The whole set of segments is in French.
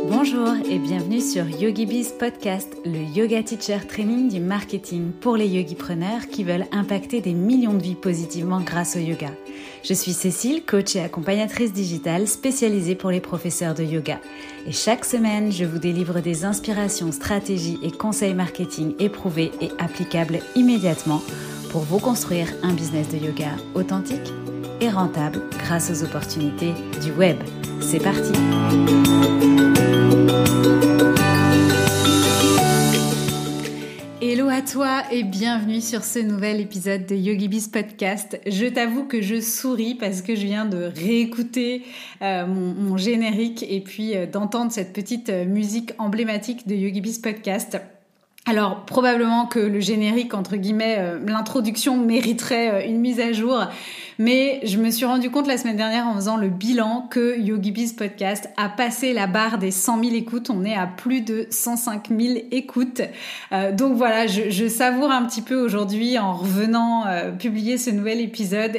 Bonjour et bienvenue sur YogiBiz Podcast, le yoga teacher training du marketing pour les yogipreneurs qui veulent impacter des millions de vies positivement grâce au yoga. Je suis Cécile, coach et accompagnatrice digitale spécialisée pour les professeurs de yoga. Et chaque semaine, je vous délivre des inspirations, stratégies et conseils marketing éprouvés et applicables immédiatement pour vous construire un business de yoga authentique et rentable grâce aux opportunités du web. C'est parti! Hello à toi et bienvenue sur ce nouvel épisode de YogiBiz Podcast. Je t'avoue que je souris parce que je viens de réécouter mon générique et puis d'entendre cette petite musique emblématique de YogiBiz Podcast. Alors probablement que le générique, entre guillemets, l'introduction mériterait une mise à jour, mais je me suis rendu compte la semaine dernière en faisant le bilan que YogiBiz Podcast a passé la barre des 100 000 écoutes. On est à plus de 105 000 écoutes. Donc voilà, je savoure un petit peu aujourd'hui en revenant publier ce nouvel épisode,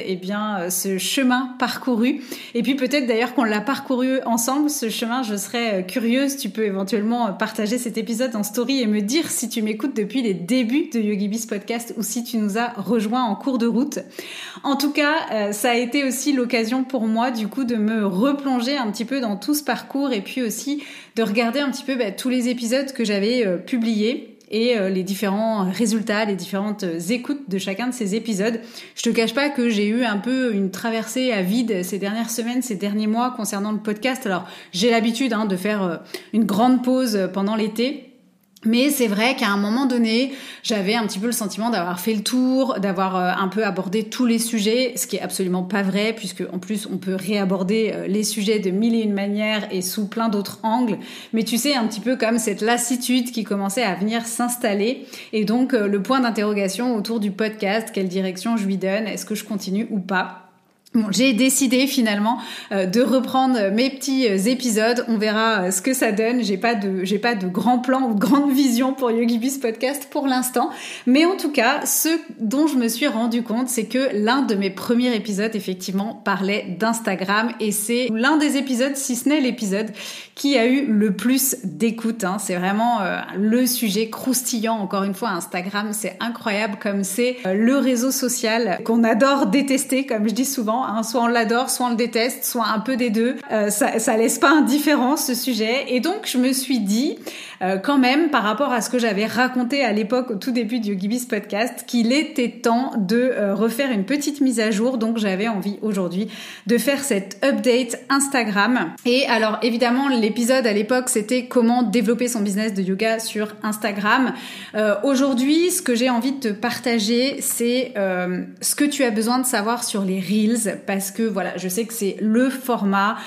ce chemin parcouru. Et puis peut-être d'ailleurs qu'on l'a parcouru ensemble, ce chemin. Je serais curieuse, tu peux éventuellement partager cet épisode en story et me dire si tu m'écoutes depuis les débuts de YogiBiz Podcast ou si tu nous as rejoints en cours de route. En tout cas, ça a été aussi l'occasion pour moi du coup de me replonger un petit peu dans tout ce parcours et puis aussi de regarder un petit peu tous les épisodes que j'avais publiés et les différents résultats, les différentes écoutes de chacun de ces épisodes. Je te cache pas que j'ai eu un peu une traversée à vide ces dernières semaines, ces derniers mois concernant le podcast. Alors j'ai l'habitude de faire une grande pause pendant l'été. Mais c'est vrai qu'à un moment donné, j'avais un petit peu le sentiment d'avoir fait le tour, d'avoir un peu abordé tous les sujets, ce qui est absolument pas vrai, puisque en plus on peut réaborder les sujets de mille et une manières et sous plein d'autres angles. Mais tu sais, un petit peu comme cette lassitude qui commençait à venir s'installer. Et donc le point d'interrogation autour du podcast, quelle direction je lui donne, est-ce que je continue ou pas ? Bon, j'ai décidé finalement de reprendre mes petits épisodes. On verra ce que ça donne. J'ai pas de grand plan ou de grande vision pour YogiBiz Podcast pour l'instant. Mais en tout cas, ce dont je me suis rendu compte, c'est que l'un de mes premiers épisodes, effectivement, parlait d'Instagram. Et c'est l'un des épisodes, si ce n'est l'épisode, qui a eu le plus d'écoute. C'est vraiment le sujet croustillant. Encore une fois, Instagram, c'est incroyable comme c'est le réseau social qu'on adore détester, comme je dis souvent. Soit on l'adore, soit on le déteste, soit un peu des deux. Ça laisse pas indifférent ce sujet. Et donc je me suis dit, quand même, par rapport à ce que j'avais raconté à l'époque, au tout début du YogiBiz Podcast, qu'il était temps de refaire une petite mise à jour. Donc j'avais envie aujourd'hui de faire cette update Instagram. Et alors évidemment, l'épisode à l'époque, c'était comment développer son business de yoga sur Instagram. Aujourd'hui, ce que j'ai envie de te partager, c'est ce que tu as besoin de savoir sur les Reels. Parce que voilà, je sais que c'est le format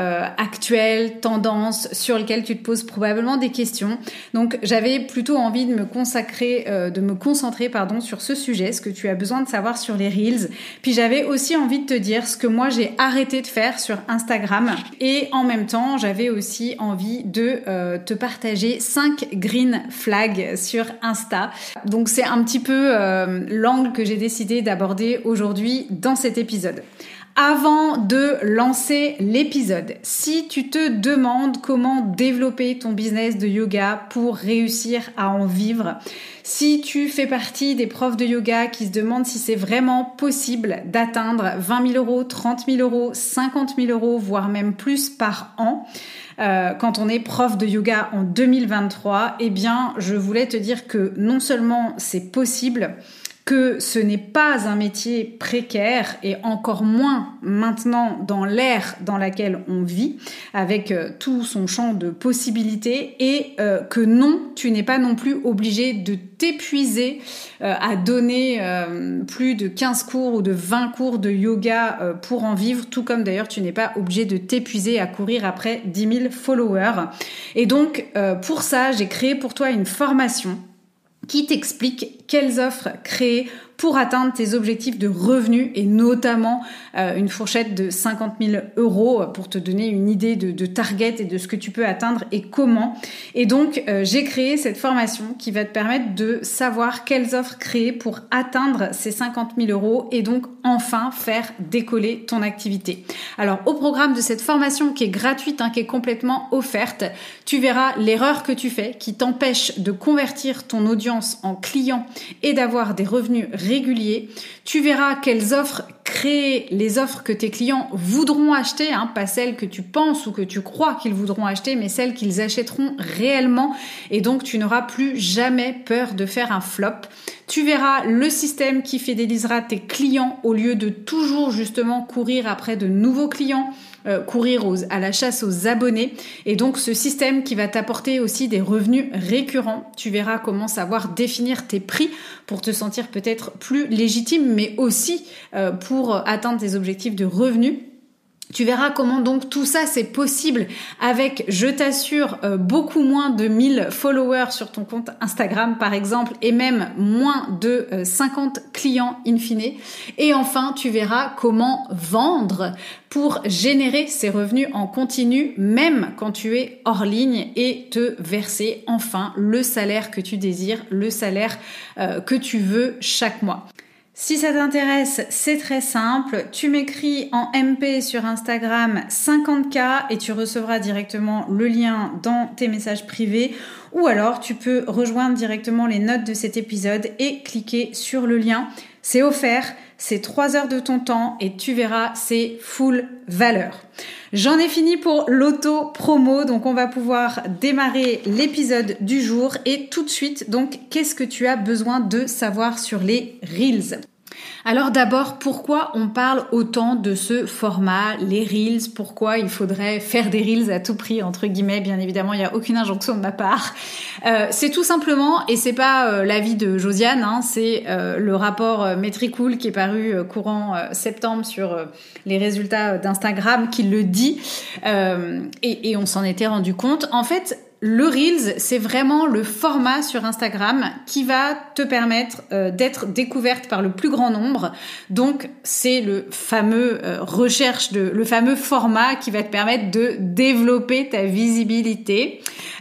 actuel, tendance, sur lequel tu te poses probablement des questions. Donc j'avais plutôt envie de me concentrer sur ce sujet, ce que tu as besoin de savoir sur les Reels. Puis j'avais aussi envie de te dire ce que moi j'ai arrêté de faire sur Instagram. Et en même temps, j'avais aussi envie de te partager 5 green flags sur Insta. Donc c'est un petit peu l'angle que j'ai décidé d'aborder aujourd'hui dans cet épisode. Avant de lancer l'épisode, si tu te demandes comment développer ton business de yoga pour réussir à en vivre, si tu fais partie des profs de yoga qui se demandent si c'est vraiment possible d'atteindre 20 000 euros, 30 000 euros, 50 000 euros, voire même plus par an, quand on est prof de yoga en 2023, je voulais te dire que non seulement c'est possible, que ce n'est pas un métier précaire et encore moins maintenant dans l'ère dans laquelle on vit avec tout son champ de possibilités et que non, tu n'es pas non plus obligé de t'épuiser à donner plus de 15 cours ou de 20 cours de yoga pour en vivre, tout comme d'ailleurs tu n'es pas obligé de t'épuiser à courir après 10 000 followers. Et donc pour ça, j'ai créé pour toi une formation qui t'explique quelles offres créer pour atteindre tes objectifs de revenus et notamment une fourchette de 50 000 € pour te donner une idée de target et de ce que tu peux atteindre et comment. Et donc, j'ai créé cette formation qui va te permettre de savoir quelles offres créer pour atteindre ces 50 000 € et donc enfin faire décoller ton activité. Alors, au programme de cette formation qui est gratuite, qui est complètement offerte, tu verras l'erreur que tu fais qui t'empêche de convertir ton audience en client et d'avoir des revenus réguliers. Tu verras quelles offres créer, les offres que tes clients voudront acheter, pas celles que tu penses ou que tu crois qu'ils voudront acheter, mais celles qu'ils achèteront réellement. Et donc, tu n'auras plus jamais peur de faire un flop. Tu verras le système qui fidélisera tes clients au lieu de toujours justement courir après de nouveaux clients, courir à la chasse aux abonnés. Et donc, ce système qui va t'apporter aussi des revenus récurrents. Tu verras comment savoir définir tes prix pour te sentir peut-être plus légitime, mais aussi pour atteindre tes objectifs de revenus. Tu verras comment donc tout ça c'est possible avec, je t'assure, beaucoup moins de 1000 followers sur ton compte Instagram par exemple et même moins de 50 clients in fine. Et enfin, tu verras comment vendre pour générer ces revenus en continu même quand tu es hors ligne et te verser enfin le salaire que tu désires, le salaire que tu veux chaque mois. Si ça t'intéresse, c'est très simple. Tu m'écris en MP sur Instagram 50K et tu recevras directement le lien dans tes messages privés. Ou alors, tu peux rejoindre directement les notes de cet épisode et cliquer sur le lien. C'est offert, c'est 3 heures de ton temps et tu verras, c'est full valeur. J'en ai fini pour l'auto-promo, donc on va pouvoir démarrer l'épisode du jour et tout de suite, donc qu'est-ce que tu as besoin de savoir sur les Reels ? Alors d'abord, pourquoi on parle autant de ce format, les Reels ? Pourquoi il faudrait faire des Reels à tout prix, entre guillemets ? Bien évidemment, il n'y a aucune injonction de ma part. C'est tout simplement, et c'est pas l'avis de Josiane, c'est le rapport Metricool qui est paru courant septembre sur les résultats d'Instagram qui le dit, et on s'en était rendu compte. En fait, le Reels, c'est vraiment le format sur Instagram qui va te permettre d'être découverte par le plus grand nombre. Donc, c'est le fameux le fameux format qui va te permettre de développer ta visibilité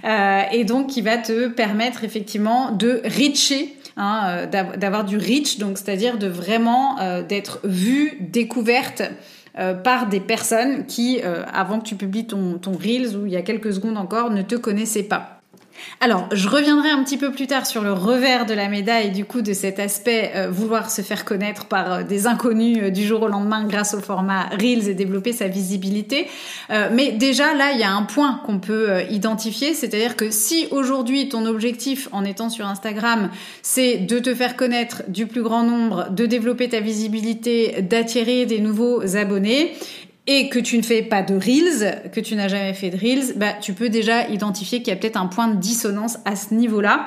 et donc qui va te permettre effectivement de reacher. D'avoir du reach, donc c'est-à-dire de vraiment d'être vue, découverte par des personnes qui, avant que tu publies ton Reels ou il y a quelques secondes encore, ne te connaissaient pas. Alors, je reviendrai un petit peu plus tard sur le revers de la médaille du coup de cet aspect vouloir se faire connaître par des inconnus du jour au lendemain grâce au format Reels et développer sa visibilité. Mais déjà, là, il y a un point qu'on peut identifier, c'est-à-dire que si aujourd'hui ton objectif en étant sur Instagram, c'est de te faire connaître du plus grand nombre, de développer ta visibilité, d'attirer des nouveaux abonnés, et que tu ne fais pas de Reels, que tu n'as jamais fait de Reels, tu peux déjà identifier qu'il y a peut-être un point de dissonance à ce niveau-là.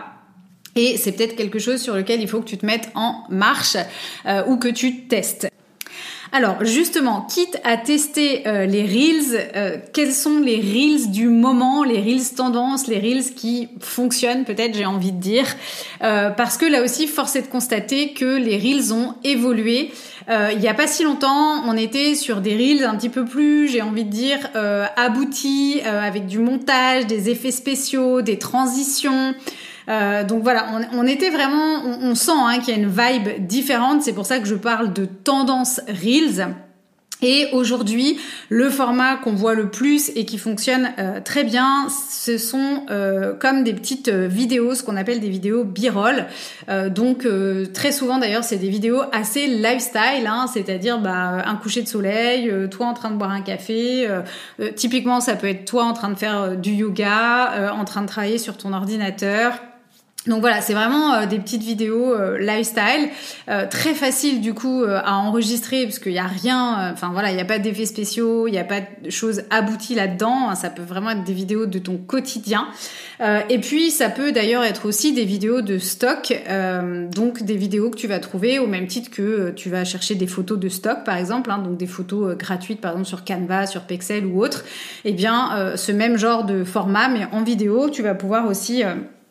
Et c'est peut-être quelque chose sur lequel il faut que tu te mettes en marche ou que tu testes. Alors justement, quitte à tester les Reels, quels sont les Reels du moment, les Reels tendances, les Reels qui fonctionnent peut-être, j'ai envie de dire, parce que là aussi, force est de constater que les Reels ont évolué. Il y a pas si longtemps, on était sur des Reels un petit peu plus, j'ai envie de dire, aboutis, avec du montage, des effets spéciaux, des transitions. Donc voilà, on était vraiment, on sent qu'il y a une vibe différente. C'est pour ça que je parle de tendance Reels. Et aujourd'hui, le format qu'on voit le plus et qui fonctionne très bien, ce sont comme des petites vidéos, ce qu'on appelle des vidéos b-roll. Donc très souvent d'ailleurs, c'est des vidéos assez lifestyle, c'est-à-dire un coucher de soleil, toi en train de boire un café. Typiquement, ça peut être toi en train de faire du yoga, en train de travailler sur ton ordinateur. Donc voilà, c'est vraiment des petites vidéos lifestyle, très facile du coup à enregistrer parce qu'il y a rien, il y a pas d'effets spéciaux, il y a pas de choses abouties là-dedans, ça peut vraiment être des vidéos de ton quotidien. Et puis ça peut d'ailleurs être aussi des vidéos de stock, donc des vidéos que tu vas trouver au même titre que tu vas chercher des photos de stock par exemple, donc des photos gratuites par exemple sur Canva, sur Pexel ou autre. Eh bien ce même genre de format mais en vidéo, tu vas pouvoir aussi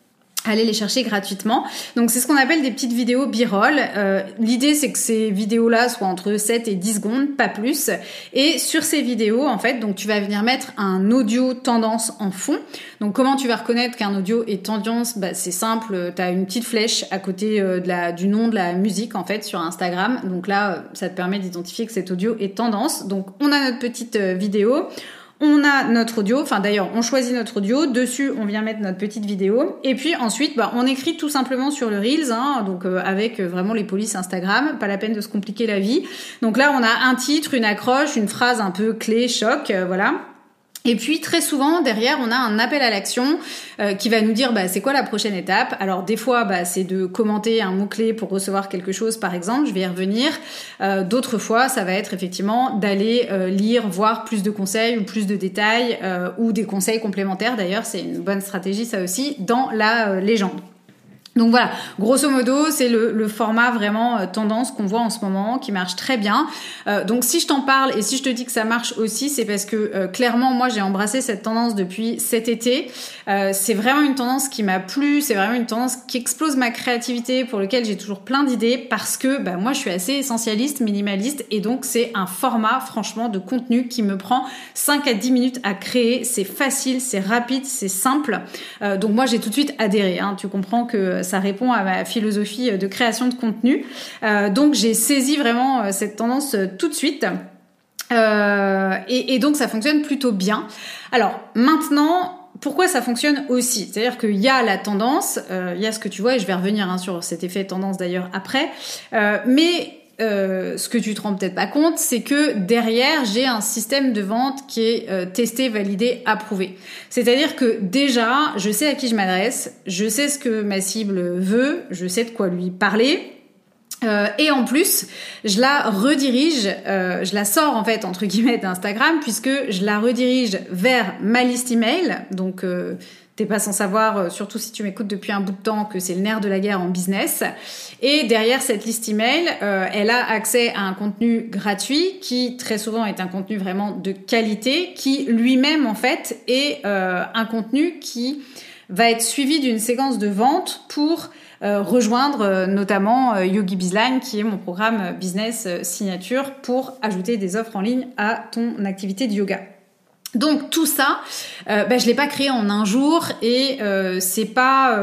aller les chercher gratuitement. Donc c'est ce qu'on appelle des petites vidéos b-roll. L'idée c'est que ces vidéos-là soient entre 7 et 10 secondes, pas plus. Et sur ces vidéos, en fait, donc tu vas venir mettre un audio tendance en fond. Donc comment tu vas reconnaître qu'un audio est tendance? C'est simple, tu as une petite flèche à côté du nom de la musique en fait sur Instagram. Donc là, ça te permet d'identifier que cet audio est tendance. Donc on a notre petite vidéo. On a notre audio, enfin d'ailleurs on choisit notre audio, dessus on vient mettre notre petite vidéo et puis ensuite on écrit tout simplement sur le Reels, donc avec vraiment les polices Instagram, pas la peine de se compliquer la vie. Donc là on a un titre, une accroche, une phrase un peu clé, choc, voilà. Et puis très souvent derrière on a un appel à l'action qui va nous dire c'est quoi la prochaine étape. Alors des fois c'est de commenter un mot-clé pour recevoir quelque chose par exemple, je vais y revenir. D'autres fois ça va être effectivement d'aller lire, voir plus de conseils ou plus de détails ou des conseils complémentaires. D'ailleurs c'est une bonne stratégie ça aussi dans la légende. Donc voilà, grosso modo, c'est le format vraiment tendance qu'on voit en ce moment, qui marche très bien. Donc si je t'en parle et si je te dis que ça marche aussi, c'est parce que clairement, moi, j'ai embrassé cette tendance depuis cet été. C'est vraiment une tendance qui m'a plu, c'est vraiment une tendance qui explose ma créativité, pour lequel j'ai toujours plein d'idées, parce que moi, je suis assez essentialiste, minimaliste, et donc c'est un format, franchement, de contenu qui me prend 5 à 10 minutes à créer. C'est facile, c'est rapide, c'est simple. Donc moi, j'ai tout de suite adhéré. Tu comprends que ça répond à ma philosophie de création de contenu. Donc j'ai saisi vraiment cette tendance tout de suite. Et donc ça fonctionne plutôt bien. Alors maintenant, pourquoi ça fonctionne aussi? C'est-à-dire qu'il y a la tendance, il y a ce que tu vois, et je vais revenir sur cet effet tendance d'ailleurs après, mais ce que tu te rends peut-être pas compte, c'est que derrière, j'ai un système de vente qui est testé, validé, approuvé. C'est-à-dire que déjà, je sais à qui je m'adresse, je sais ce que ma cible veut, je sais de quoi lui parler. Et en plus, je la redirige, je la sors en fait entre guillemets d'Instagram, puisque je la redirige vers ma liste email. Donc t'es pas sans savoir, surtout si tu m'écoutes depuis un bout de temps, que c'est le nerf de la guerre en business. Et derrière cette liste email, elle a accès à un contenu gratuit qui très souvent est un contenu vraiment de qualité, qui lui-même en fait est un contenu qui va être suivi d'une séquence de vente pour rejoindre notamment Yogi Bizline, qui est mon programme business signature pour ajouter des offres en ligne à ton activité de yoga. Donc tout ça, je l'ai pas créé en un jour et c'est pas,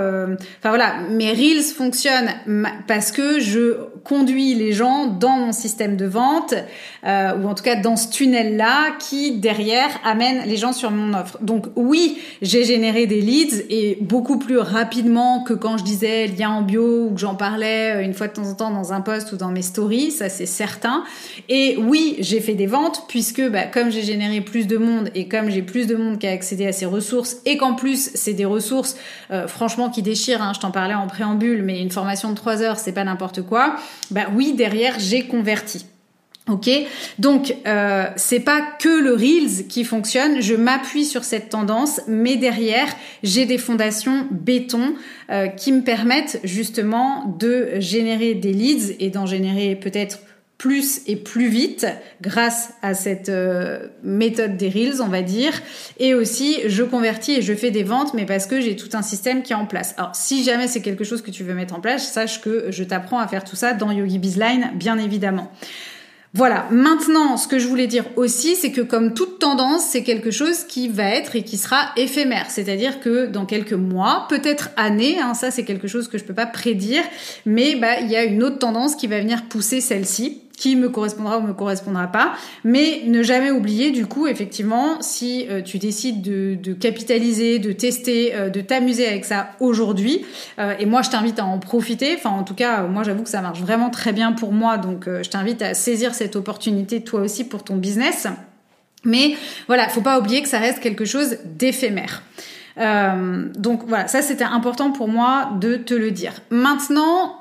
mes Reels fonctionnent parce que je conduis les gens dans mon système de vente ou en tout cas dans ce tunnel-là qui derrière amène les gens sur mon offre. Donc oui, j'ai généré des leads et beaucoup plus rapidement que quand je disais lien en bio ou que j'en parlais une fois de temps en temps dans un post ou dans mes stories, ça c'est certain. Et oui, j'ai fait des ventes puisque comme j'ai généré plus de monde et comme j'ai plus de monde qui a accédé à ces ressources et qu'en plus c'est des ressources franchement qui déchirent, je t'en parlais en préambule, mais une formation de 3 heures c'est pas n'importe quoi, oui derrière j'ai converti. Ok, donc c'est pas que le Reels qui fonctionne, je m'appuie sur cette tendance, mais derrière j'ai des fondations béton qui me permettent justement de générer des leads et d'en générer peut-être plus et plus vite grâce à cette méthode des Reels, on va dire. Et aussi, je convertis et je fais des ventes, mais parce que j'ai tout un système qui est en place. Alors, si jamais c'est quelque chose que tu veux mettre en place, sache que je t'apprends à faire tout ça dans Yogi Bizline, bien évidemment. Voilà, maintenant, ce que je voulais dire aussi, c'est que comme toute tendance, c'est quelque chose qui va être et qui sera éphémère. C'est-à-dire que dans quelques mois, peut-être années, ça c'est quelque chose que je peux pas prédire, mais il y a une autre tendance qui va venir pousser celle-ci, qui me correspondra ou me correspondra pas, mais ne jamais oublier du coup effectivement si tu décides de capitaliser, de tester, de t'amuser avec ça aujourd'hui, et moi je t'invite à en profiter, en tout cas moi j'avoue que ça marche vraiment très bien pour moi, donc je t'invite à saisir cette opportunité toi aussi pour ton business, mais voilà, faut pas oublier que ça reste quelque chose d'éphémère. Donc voilà, ça c'était important pour moi de te le dire. Maintenant,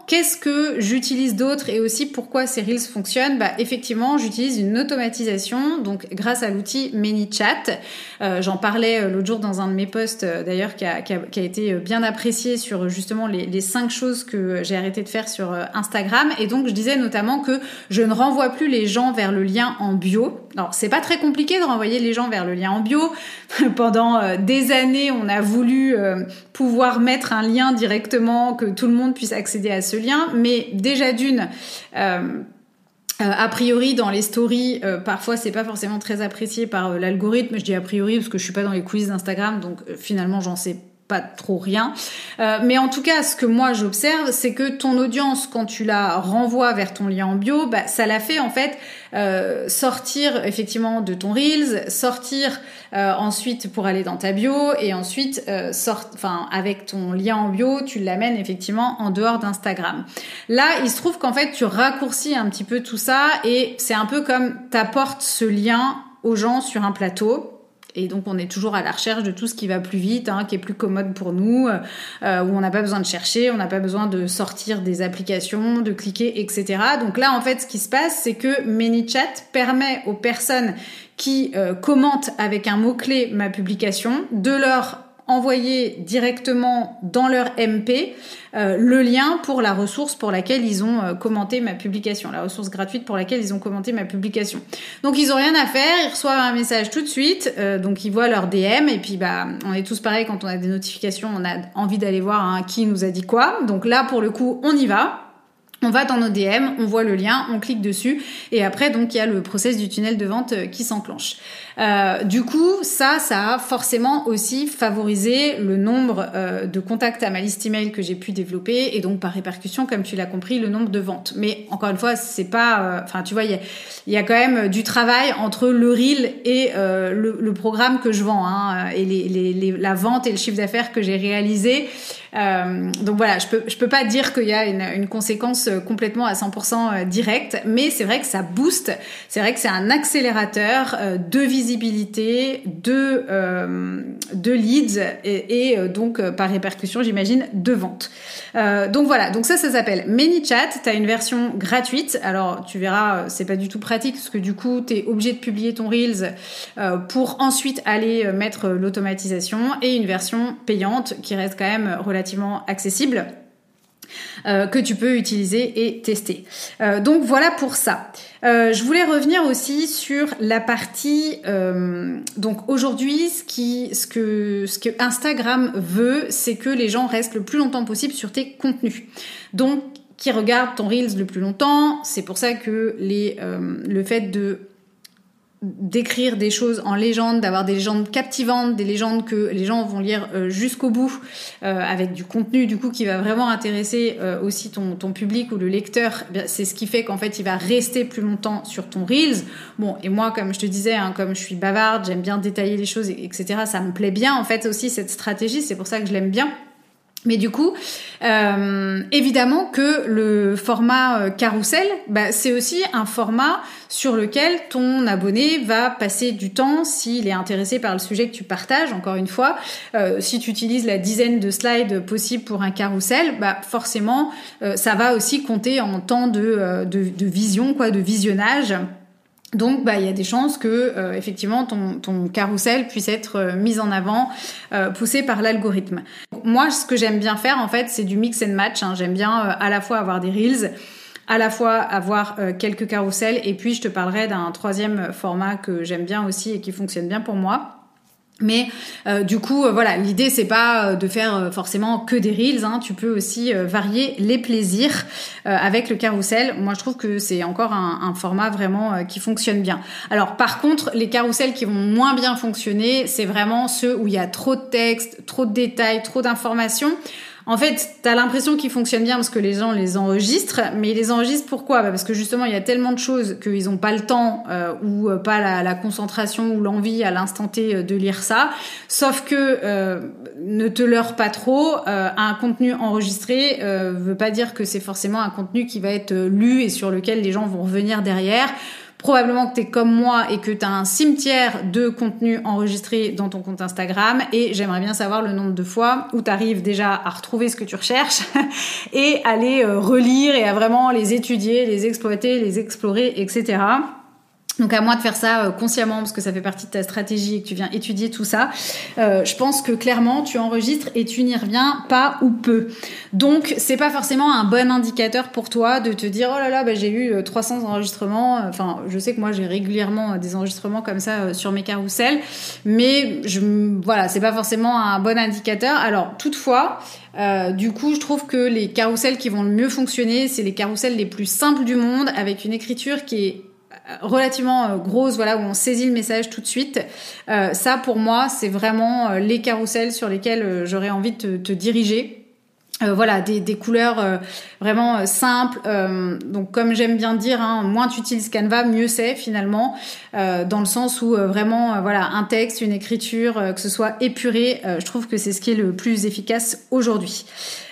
qu'est-ce que j'utilise d'autre et aussi pourquoi ces Reels fonctionnent? Effectivement, j'utilise une automatisation, donc grâce à l'outil ManyChat. J'en parlais l'autre jour dans un de mes posts, d'ailleurs, qui a été bien apprécié sur justement les 5 choses que j'ai arrêté de faire sur Instagram. Et donc, je disais notamment que je ne renvoie plus les gens vers le lien en bio. Alors, c'est pas très compliqué de renvoyer les gens vers le lien en bio. Pendant des années, on a voulu pouvoir mettre un lien directement, que tout le monde puisse accéder à ce lien. Mais déjà a priori, dans les stories, parfois, c'est pas forcément très apprécié par l'algorithme. Je dis a priori parce que je suis pas dans les coulisses d'Instagram, donc finalement, j'en sais pas trop rien. Mais en tout cas, ce que moi j'observe, c'est que ton audience, quand tu la renvoies vers ton lien en bio, ça la fait en fait sortir effectivement de ton Reels, sortir ensuite pour aller dans ta bio et ensuite avec ton lien en bio, tu l'amènes effectivement en dehors d'Instagram. Là, il se trouve qu'en fait, tu raccourcis un petit peu tout ça et c'est un peu comme t'apportes ce lien aux gens sur un plateau. Et donc, on est toujours à la recherche de tout ce qui va plus vite, qui est plus commode pour nous, où on n'a pas besoin de chercher, on n'a pas besoin de sortir des applications, de cliquer, etc. Donc là, en fait, ce qui se passe, c'est que ManyChat permet aux personnes qui commentent avec un mot-clé ma publication de leur envoyer directement dans leur MP le lien pour la ressource pour laquelle ils ont commenté ma publication, la ressource gratuite pour laquelle ils ont commenté ma publication. Donc ils ont rien à faire, ils reçoivent un message tout de suite, donc ils voient leur DM et puis on est tous pareils quand on a des notifications, on a envie d'aller voir qui nous a dit quoi. Donc là pour le coup on y va. On va dans nos DM, on voit le lien, on clique dessus et après donc il y a le process du tunnel de vente qui s'enclenche. Du coup, ça a forcément aussi favorisé le nombre de contacts à ma liste email que j'ai pu développer et donc par répercussion, comme tu l'as compris, le nombre de ventes. Mais encore une fois, c'est pas, tu vois, il y a quand même du travail entre le reel et le programme que je vends et la vente et le chiffre d'affaires que j'ai réalisé. Donc voilà, je peux pas dire qu'il y a une conséquence complètement à 100% directe, mais c'est vrai que ça booste, c'est vrai que c'est un accélérateur de visibilité, de leads et donc par répercussion, j'imagine, de vente. Donc voilà, donc ça s'appelle ManyChat. T'as une version gratuite. Alors tu verras, c'est pas du tout pratique parce que du coup, t'es obligé de publier ton Reels pour ensuite aller mettre l'automatisation et une version payante qui reste quand même relativement accessible. Que tu peux utiliser et tester. Donc voilà pour ça. Je voulais revenir aussi sur la partie donc aujourd'hui ce que Instagram veut, c'est que les gens restent le plus longtemps possible sur tes contenus. Donc qui regardent ton Reels le plus longtemps, c'est pour ça que le fait d'écrire des choses en légende, d'avoir des légendes captivantes, des légendes que les gens vont lire jusqu'au bout, avec du contenu du coup qui va vraiment intéresser aussi ton public ou le lecteur, c'est ce qui fait qu'en fait il va rester plus longtemps sur ton Reels. Bon, et moi comme je te disais, comme je suis bavarde, j'aime bien détailler les choses, etc. Ça me plaît bien en fait aussi cette stratégie, c'est pour ça que je l'aime bien. Mais du coup, évidemment que le format carrousel, c'est aussi un format sur lequel ton abonné va passer du temps s'il est intéressé par le sujet que tu partages. Encore une fois, si tu utilises la dizaine de slides possibles pour un carrousel, forcément, ça va aussi compter en temps de vision, de visionnage. Donc, il y a des chances que effectivement ton carrousel puisse être mis en avant, poussé par l'algorithme. Moi, ce que j'aime bien faire, en fait, c'est du mix and match. J'aime bien à la fois avoir des reels, à la fois avoir quelques carousels, et puis je te parlerai d'un troisième format que j'aime bien aussi et qui fonctionne bien pour moi. Mais du coup, voilà, l'idée c'est pas de faire forcément que des reels. Tu peux aussi varier les plaisirs avec le carrousel. Moi, je trouve que c'est encore un format vraiment qui fonctionne bien. Alors, par contre, les carousels qui vont moins bien fonctionner, c'est vraiment ceux où il y a trop de texte, trop de détails, trop d'informations. En fait, t'as l'impression qu'ils fonctionnent bien parce que les gens les enregistrent, mais ils les enregistrent pourquoi ? Parce que justement, il y a tellement de choses qu'ils n'ont pas le temps ou pas la concentration ou l'envie à l'instant T de lire ça. Sauf que ne te leurre pas trop, un contenu enregistré veut pas dire que c'est forcément un contenu qui va être lu et sur lequel les gens vont revenir derrière. probablement que t'es comme moi et que t'as un cimetière de contenu enregistré dans ton compte Instagram, et j'aimerais bien savoir le nombre de fois où t'arrives déjà à retrouver ce que tu recherches et à les relire et à vraiment les étudier, les exploiter, les explorer, etc. Donc à moi de faire ça consciemment parce que ça fait partie de ta stratégie et que tu viens étudier tout ça. Je pense que clairement tu enregistres et tu n'y reviens pas ou peu. Donc c'est pas forcément un bon indicateur pour toi de te dire oh là là j'ai eu 300 enregistrements. Enfin je sais que moi j'ai régulièrement des enregistrements comme ça sur mes carousels, mais voilà, c'est pas forcément un bon indicateur. Alors toutefois du coup je trouve que les carousels qui vont le mieux fonctionner, c'est les carousels les plus simples du monde avec une écriture qui est relativement grosse, voilà, où on saisit le message tout de suite. Ça pour moi c'est vraiment les carousels sur lesquels j'aurais envie de te diriger. Voilà, des couleurs vraiment simples. Donc comme j'aime bien dire, moins tu utilises Canva, mieux c'est finalement, dans le sens où vraiment voilà, un texte, une écriture, que ce soit épuré, je trouve que c'est ce qui est le plus efficace aujourd'hui.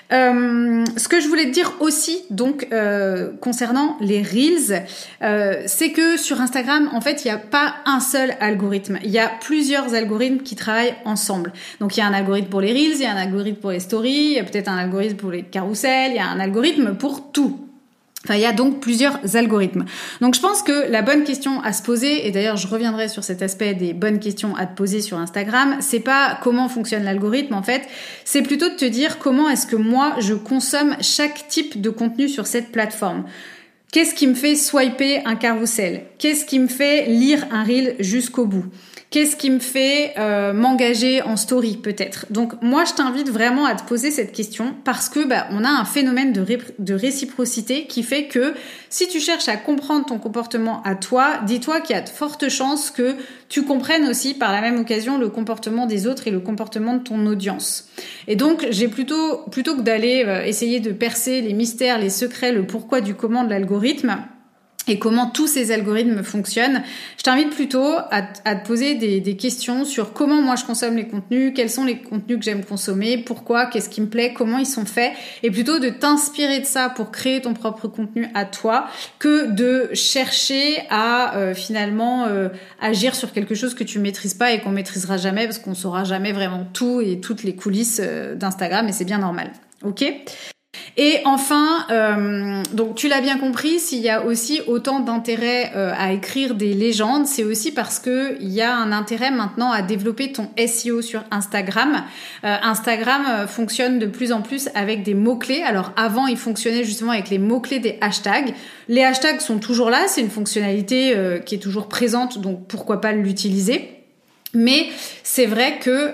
Ce que je voulais te dire aussi, donc concernant les Reels, c'est que sur Instagram, en fait, il n'y a pas un seul algorithme. Il y a plusieurs algorithmes qui travaillent ensemble. Donc, il y a un algorithme pour les Reels, il y a un algorithme pour les Stories, il y a peut-être un algorithme pour les carousels, il y a un algorithme pour tout. Enfin, il y a donc plusieurs algorithmes. Donc, je pense que la bonne question à se poser, et d'ailleurs, je reviendrai sur cet aspect des bonnes questions à te poser sur Instagram, c'est pas comment fonctionne l'algorithme, en fait, c'est plutôt de te dire comment est-ce que moi, je consomme chaque type de contenu sur cette plateforme. Qu'est-ce qui me fait swiper un carrousel? Qu'est-ce qui me fait lire un reel jusqu'au bout? Qu'est-ce qui me fait m'engager en story peut-être? Donc moi je t'invite vraiment à te poser cette question parce que on a un phénomène de réciprocité qui fait que si tu cherches à comprendre ton comportement à toi, dis-toi qu'il y a de fortes chances que tu comprennes aussi par la même occasion le comportement des autres et le comportement de ton audience. Et donc j'ai plutôt que d'aller essayer de percer les mystères, les secrets, le pourquoi du comment de l'algorithme, et comment tous ces algorithmes fonctionnent, je t'invite plutôt à te poser des questions sur comment moi je consomme les contenus, quels sont les contenus que j'aime consommer, pourquoi, qu'est-ce qui me plaît, comment ils sont faits, et plutôt de t'inspirer de ça pour créer ton propre contenu à toi, que de chercher à finalement agir sur quelque chose que tu maîtrises pas et qu'on maîtrisera jamais parce qu'on saura jamais vraiment tout et toutes les coulisses d'Instagram, et c'est bien normal. Ok ? Et enfin, donc tu l'as bien compris, s'il y a aussi autant d'intérêt à écrire des légendes, c'est aussi parce que il y a un intérêt maintenant à développer ton SEO sur Instagram. Instagram fonctionne de plus en plus avec des mots-clés. Alors avant, il fonctionnait justement avec les mots-clés des hashtags. Les hashtags sont toujours là, c'est une fonctionnalité qui est toujours présente, donc pourquoi pas l'utiliser. Mais c'est vrai que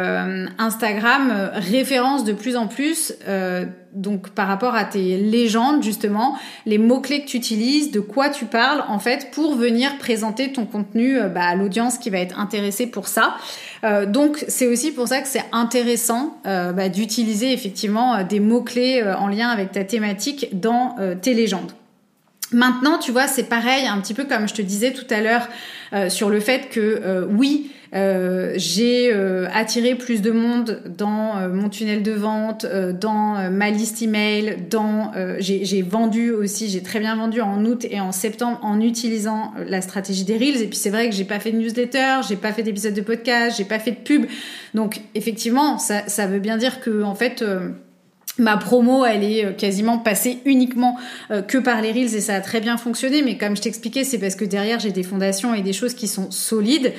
Instagram référence de plus en plus, donc par rapport à tes légendes justement, les mots-clés que tu utilises, de quoi tu parles en fait, pour venir présenter ton contenu à l'audience qui va être intéressée pour ça. Donc c'est aussi pour ça que c'est intéressant d'utiliser effectivement des mots-clés en lien avec ta thématique dans tes légendes. Maintenant, tu vois, c'est pareil, un petit peu comme je te disais tout à l'heure sur le fait que oui, j'ai attiré plus de monde dans mon tunnel de vente, dans ma liste email, j'ai vendu aussi, j'ai très bien vendu en août et en septembre en utilisant la stratégie des Reels. Et puis c'est vrai que j'ai pas fait de newsletter, j'ai pas fait d'épisode de podcast, j'ai pas fait de pub. Donc effectivement, ça veut bien dire que en fait ma promo, elle est quasiment passée uniquement que par les Reels et ça a très bien fonctionné. Mais comme je t'expliquais, c'est parce que derrière, j'ai des fondations et des choses qui sont solides.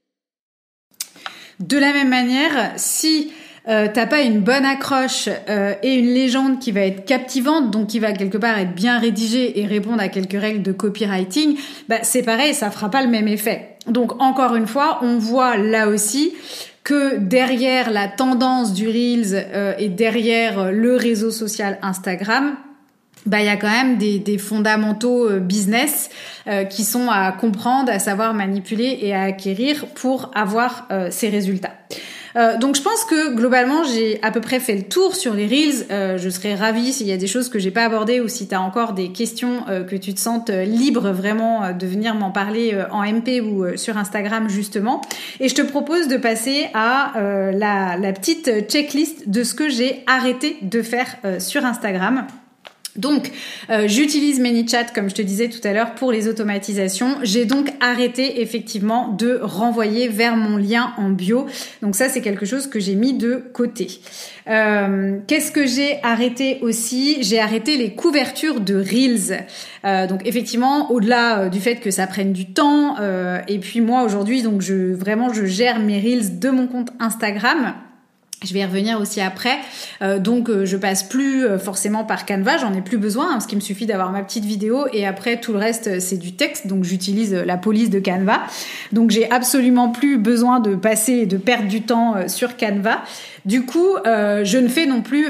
De la même manière, si t'as pas une bonne accroche et une légende qui va être captivante, donc qui va quelque part être bien rédigée et répondre à quelques règles de copywriting, c'est pareil, ça fera pas le même effet. Donc encore une fois, on voit là aussi que derrière la tendance du Reels et derrière le réseau social Instagram, il y a quand même des fondamentaux business qui sont à comprendre, à savoir manipuler et à acquérir pour avoir ces résultats. Donc je pense que globalement j'ai à peu près fait le tour sur les Reels. Je serais ravie s'il y a des choses que j'ai pas abordées ou si tu as encore des questions que tu te sentes libre vraiment de venir m'en parler en MP ou sur Instagram justement. Et je te propose de passer à la petite checklist de ce que j'ai arrêté de faire sur Instagram. Donc, j'utilise ManyChat, comme je te disais tout à l'heure, pour les automatisations. J'ai donc arrêté effectivement de renvoyer vers mon lien en bio. Donc ça, c'est quelque chose que j'ai mis de côté. Qu'est-ce que j'ai arrêté aussi ? J'ai arrêté les couvertures de Reels. Donc effectivement, au-delà du fait que ça prenne du temps, et puis moi aujourd'hui, donc je gère mes Reels de mon compte Instagram. Je vais y revenir aussi après. Donc, je passe plus forcément par Canva. J'en ai plus besoin parce qu'il me suffit d'avoir ma petite vidéo et après tout le reste c'est du texte. Donc, j'utilise la police de Canva. Donc, j'ai absolument plus besoin de passer et de perdre du temps sur Canva. Du coup, je ne fais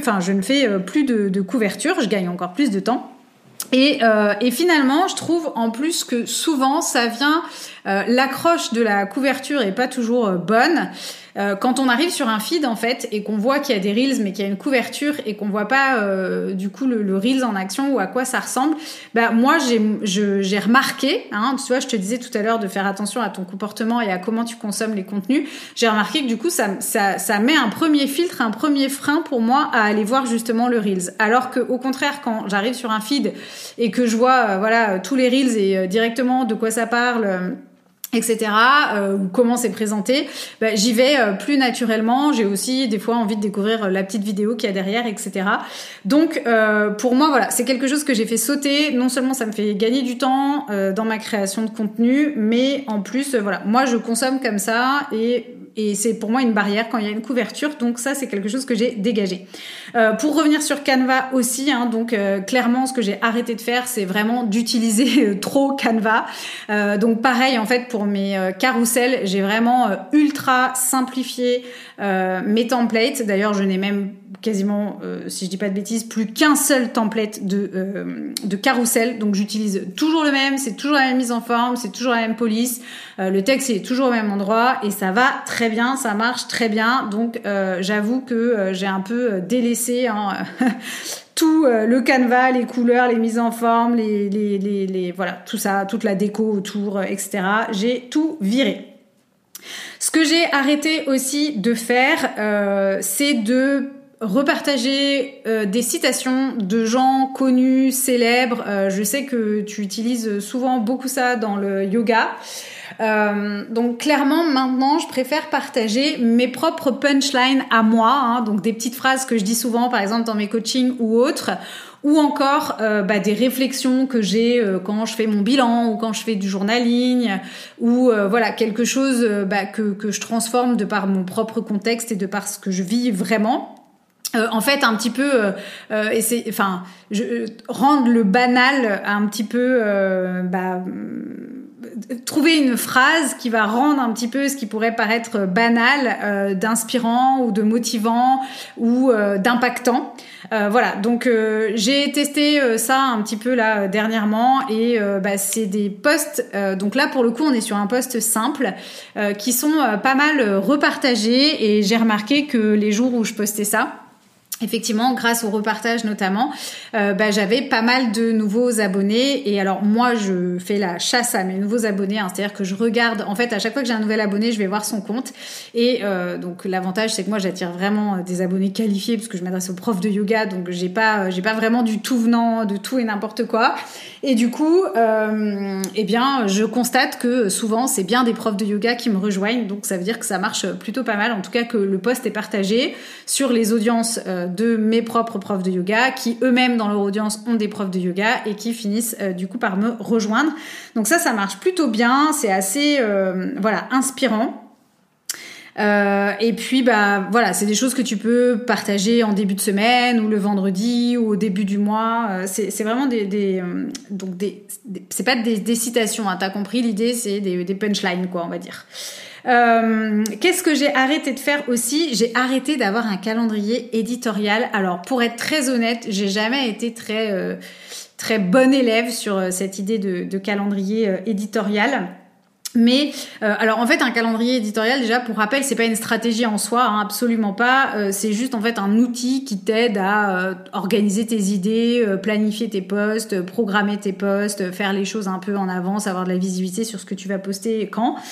plus de couverture. Je gagne encore plus de temps. Et finalement, je trouve en plus que souvent ça vient, l'accroche de la couverture est pas toujours bonne. Quand on arrive sur un feed en fait et qu'on voit qu'il y a des reels mais qu'il y a une couverture et qu'on voit pas du coup le reels en action ou à quoi ça ressemble, bah moi j'ai remarqué, tu vois, je te disais tout à l'heure de faire attention à ton comportement et à comment tu consommes les contenus. J'ai remarqué que du coup ça met un premier filtre, un premier frein pour moi à aller voir justement le reels. Alors que au contraire, quand j'arrive sur un feed et que je vois tous les reels et directement de quoi ça parle, etc., ou comment c'est présenté, j'y vais plus naturellement. J'ai aussi des fois envie de découvrir la petite vidéo qu'il y a derrière, etc. Donc pour moi, voilà, c'est quelque chose que j'ai fait sauter. Non seulement ça me fait gagner du temps dans ma création de contenu, mais en plus, voilà, moi je consomme comme ça et c'est pour moi une barrière quand il y a une couverture. Donc ça, c'est quelque chose que j'ai dégagé. Pour revenir sur Canva aussi, donc clairement, ce que j'ai arrêté de faire, c'est vraiment d'utiliser trop Canva. Donc pareil, en fait, pour mes carousels, j'ai vraiment ultra simplifié mes templates. D'ailleurs, je n'ai même quasiment, si je dis pas de bêtises, plus qu'un seul template de carrousel. Donc j'utilise toujours le même, c'est toujours la même mise en forme, c'est toujours la même police, le texte est toujours au même endroit et ça va très bien, ça marche très bien. Donc j'avoue que j'ai un peu délaissé tout le Canva, les couleurs, les mises en forme, les voilà, tout ça, toute la déco autour, etc. J'ai tout viré. Ce que j'ai arrêté aussi de faire, c'est de repartager des citations de gens connus, célèbres. Je sais que tu utilises souvent beaucoup ça dans le yoga. Donc clairement maintenant je préfère partager mes propres punchlines à moi, donc des petites phrases que je dis souvent par exemple dans mes coachings ou autres, ou encore des réflexions que j'ai quand je fais mon bilan ou quand je fais du journaling, ou voilà, quelque chose que je transforme de par mon propre contexte et de par ce que je vis vraiment. En fait, un petit peu, rendre le banal un petit peu, trouver une phrase qui va rendre un petit peu ce qui pourrait paraître banal, d'inspirant ou de motivant ou d'impactant. Voilà, donc j'ai testé ça un petit peu là dernièrement et c'est des posts, donc là pour le coup on est sur un post simple qui sont pas mal repartagés et j'ai remarqué que les jours où je postais ça, effectivement, grâce au repartage notamment, j'avais pas mal de nouveaux abonnés. Et alors moi, je fais la chasse à mes nouveaux abonnés, c'est-à-dire que je regarde, en fait, à chaque fois que j'ai un nouvel abonné, je vais voir son compte. Et donc l'avantage, c'est que moi, j'attire vraiment des abonnés qualifiés parce que je m'adresse aux profs de yoga, donc j'ai pas vraiment du tout venant, de tout et n'importe quoi. Et du coup, je constate que souvent, c'est bien des profs de yoga qui me rejoignent. Donc ça veut dire que ça marche plutôt pas mal. En tout cas, que le post est partagé sur les audiences de mes propres profs de yoga qui eux-mêmes dans leur audience ont des profs de yoga et qui finissent du coup par me rejoindre. Donc ça marche plutôt bien, c'est assez inspirant. Et puis voilà, c'est des choses que tu peux partager en début de semaine ou le vendredi ou au début du mois. C'est vraiment c'est pas des citations, t'as compris, l'idée c'est des punchlines quoi, on va dire. Qu'est-ce que j'ai arrêté de faire aussi ? J'ai arrêté d'avoir un calendrier éditorial. Alors pour être très honnête, j'ai jamais été très bonne élève sur cette idée de calendrier éditorial. Mais alors en fait un calendrier éditorial, déjà pour rappel, c'est pas une stratégie en soi, absolument pas. C'est juste en fait un outil qui t'aide à organiser tes idées, planifier tes posts, programmer tes posts, faire les choses un peu en avance, avoir de la visibilité sur ce que tu vas poster et quand.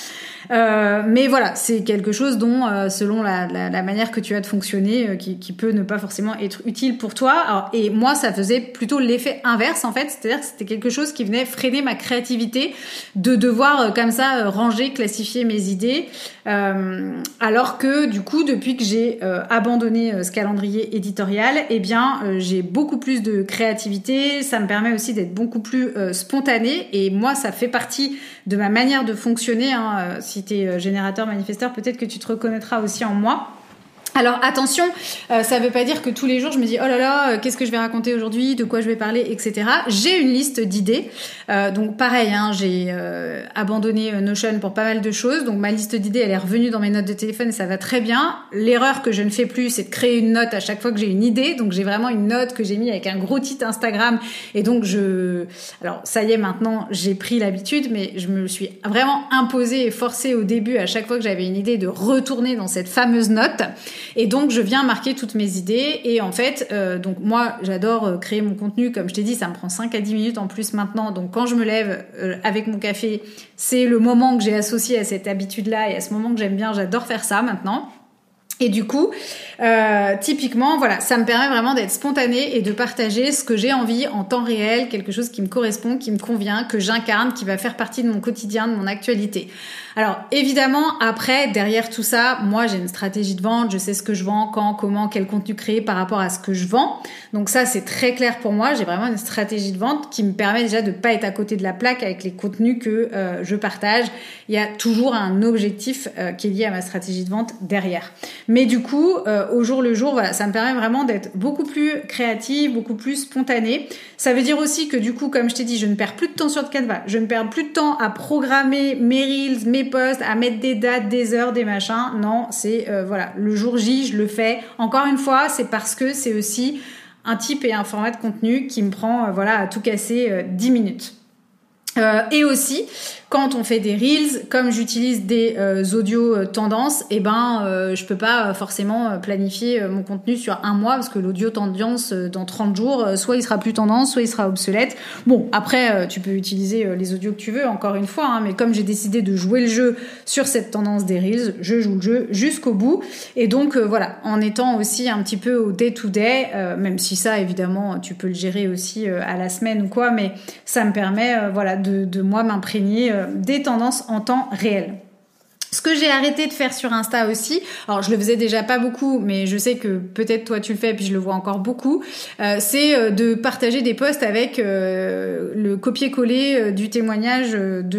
Mais voilà, c'est quelque chose dont, selon la manière que tu as de fonctionner, qui peut ne pas forcément être utile pour toi. Alors, et moi, ça faisait plutôt l'effet inverse, en fait. C'est-à-dire que c'était quelque chose qui venait freiner ma créativité, de devoir, comme ça, ranger, classifier mes idées. Alors que, du coup, depuis que j'ai abandonné ce calendrier éditorial, eh bien, j'ai beaucoup plus de créativité. Ça me permet aussi d'être beaucoup plus spontanée. Et moi, ça fait partie de ma manière de fonctionner. Si tu es générateur, manifesteur, peut-être que tu te reconnaîtras aussi en moi. Alors attention, ça veut pas dire que tous les jours je me dis oh là là, qu'est-ce que je vais raconter aujourd'hui, de quoi je vais parler, etc. J'ai une liste d'idées, donc pareil, j'ai abandonné Notion pour pas mal de choses, donc ma liste d'idées elle est revenue dans mes notes de téléphone et ça va très bien. L'erreur que je ne fais plus, c'est de créer une note à chaque fois que j'ai une idée, donc j'ai vraiment une note que j'ai mis avec un gros titre Instagram et donc alors ça y est maintenant j'ai pris l'habitude, mais je me suis vraiment imposée et forcée au début à chaque fois que j'avais une idée de retourner dans cette fameuse note. Et donc, je viens marquer toutes mes idées. Et en fait, donc moi, j'adore créer mon contenu. Comme je t'ai dit, ça me prend 5 à 10 minutes en plus maintenant. Donc, quand je me lève avec mon café, c'est le moment que j'ai associé à cette habitude-là et à ce moment que j'aime bien. J'adore faire ça maintenant. Et du coup, typiquement, voilà, ça me permet vraiment d'être spontanée et de partager ce que j'ai envie en temps réel, quelque chose qui me correspond, qui me convient, que j'incarne, qui va faire partie de mon quotidien, de mon actualité. Alors, évidemment, après, derrière tout ça, moi, j'ai une stratégie de vente, je sais ce que je vends, quand, comment, quel contenu créer par rapport à ce que je vends. Donc ça, c'est très clair pour moi. J'ai vraiment une stratégie de vente qui me permet déjà de pas être à côté de la plaque avec les contenus que je partage. Il y a toujours un objectif qui est lié à ma stratégie de vente derrière. Mais du coup, au jour le jour, voilà, ça me permet vraiment d'être beaucoup plus créative, beaucoup plus spontanée. Ça veut dire aussi que du coup, comme je t'ai dit, je ne perds plus de temps sur Canva. Je ne perds plus de temps à programmer mes reels, mes posts, à mettre des dates, des heures, des machins. Non, c'est voilà, le jour J, je le fais. Encore une fois, c'est parce que c'est aussi un type et un format de contenu qui me prend voilà, à tout casser 10 minutes. Et aussi, quand on fait des reels, comme j'utilise des audios tendances, je peux pas forcément planifier mon contenu sur un mois parce que l'audio tendance dans 30 jours, soit il sera plus tendance, soit il sera obsolète. Bon, après, tu peux utiliser les audios que tu veux, encore une fois, mais comme j'ai décidé de jouer le jeu sur cette tendance des reels, je joue le jeu jusqu'au bout. Et donc, voilà, en étant aussi un petit peu au day-to-day, même si ça, évidemment, tu peux le gérer aussi à la semaine ou quoi, mais ça me permet, voilà, de moi m'imprégner des tendances en temps réel. Ce que j'ai arrêté de faire sur Insta aussi, alors je le faisais déjà pas beaucoup, mais je sais que peut-être toi tu le fais, puis je le vois encore beaucoup, c'est de partager des posts avec le copier-coller du témoignage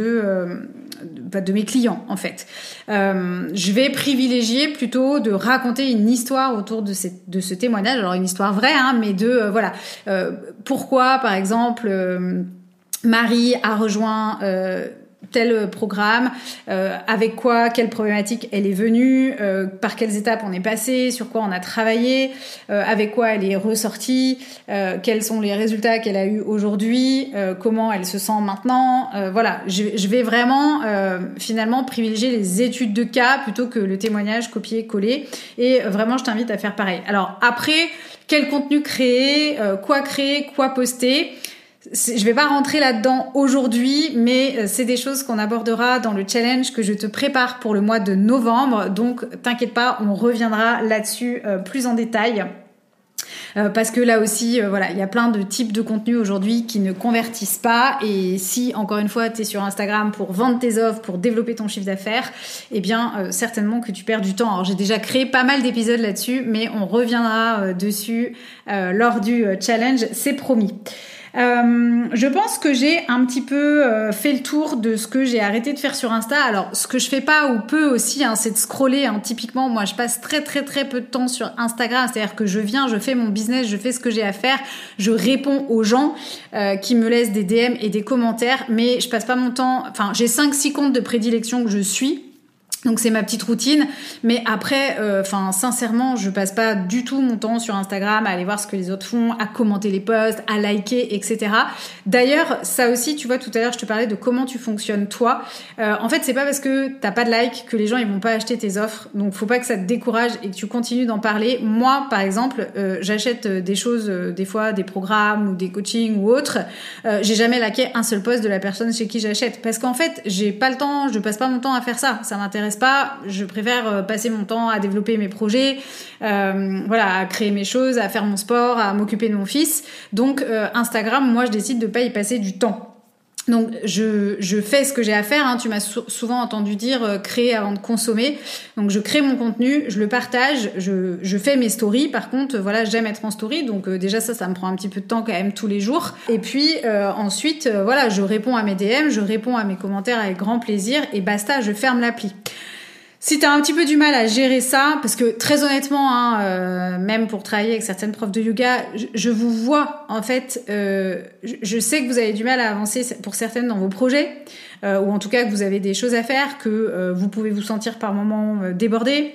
de mes clients en fait. Je vais privilégier plutôt de raconter une histoire autour de ce témoignage, alors une histoire vraie, mais pourquoi par exemple Marie a rejoint tel programme, avec quoi, quelle problématique elle est venue, par quelles étapes on est passé, sur quoi on a travaillé, avec quoi elle est ressortie, quels sont les résultats qu'elle a eu aujourd'hui, comment elle se sent maintenant. Voilà, je vais vraiment finalement privilégier les études de cas plutôt que le témoignage copier-coller. Et vraiment, je t'invite à faire pareil. Alors après, quel contenu créer, quoi poster. Je vais pas rentrer là-dedans aujourd'hui, mais c'est des choses qu'on abordera dans le challenge que je te prépare pour le mois de novembre. Donc, t'inquiète pas, on reviendra là-dessus plus en détail. Parce que là aussi, voilà, il y a plein de types de contenus aujourd'hui qui ne convertissent pas. Et si, encore une fois, tu es sur Instagram pour vendre tes offres, pour développer ton chiffre d'affaires, eh bien, certainement que tu perds du temps. Alors, j'ai déjà créé pas mal d'épisodes là-dessus, mais on reviendra dessus lors du challenge, c'est promis. Je pense que j'ai un petit peu fait le tour de ce que j'ai arrêté de faire sur Insta. Alors, ce que je fais pas ou peu aussi, c'est de scroller. Typiquement, moi, je passe très très très peu de temps sur Instagram. C'est-à-dire que je fais mon business, je fais ce que j'ai à faire, je réponds aux gens qui me laissent des DM et des commentaires, mais je passe pas mon temps. Enfin, j'ai 5-6 comptes de prédilection que je suis. Donc c'est ma petite routine, mais après, sincèrement, je passe pas du tout mon temps sur Instagram à aller voir ce que les autres font, à commenter les posts, à liker, etc. D'ailleurs, ça aussi, tu vois, tout à l'heure, je te parlais de comment tu fonctionnes toi. En fait, c'est pas parce que t'as pas de like que les gens ils vont pas acheter tes offres. Donc faut pas que ça te décourage et que tu continues d'en parler. Moi, par exemple, j'achète des choses, des fois des programmes ou des coachings ou autres. J'ai jamais liké un seul post de la personne chez qui j'achète parce qu'en fait, j'ai pas le temps, je passe pas mon temps à faire ça. Ça m'intéresse pas, je préfère passer mon temps à développer mes projets, à créer mes choses, à faire mon sport, à m'occuper de mon fils. Donc Instagram, moi je décide de pas y passer du temps. Donc je fais ce que j'ai à faire, hein. Tu m'as souvent entendu dire créer avant de consommer. Donc je crée mon contenu, je le partage, je fais mes stories. Par contre, j'aime être en story, donc déjà ça me prend un petit peu de temps quand même tous les jours. Et puis ensuite, je réponds à mes DM, je réponds à mes commentaires avec grand plaisir et basta, je ferme l'appli. Si t'as un petit peu du mal à gérer ça, parce que très honnêtement, même pour travailler avec certaines profs de yoga, je vous vois en fait, je sais que vous avez du mal à avancer pour certaines dans vos projets, ou en tout cas que vous avez des choses à faire, que vous pouvez vous sentir par moments débordé.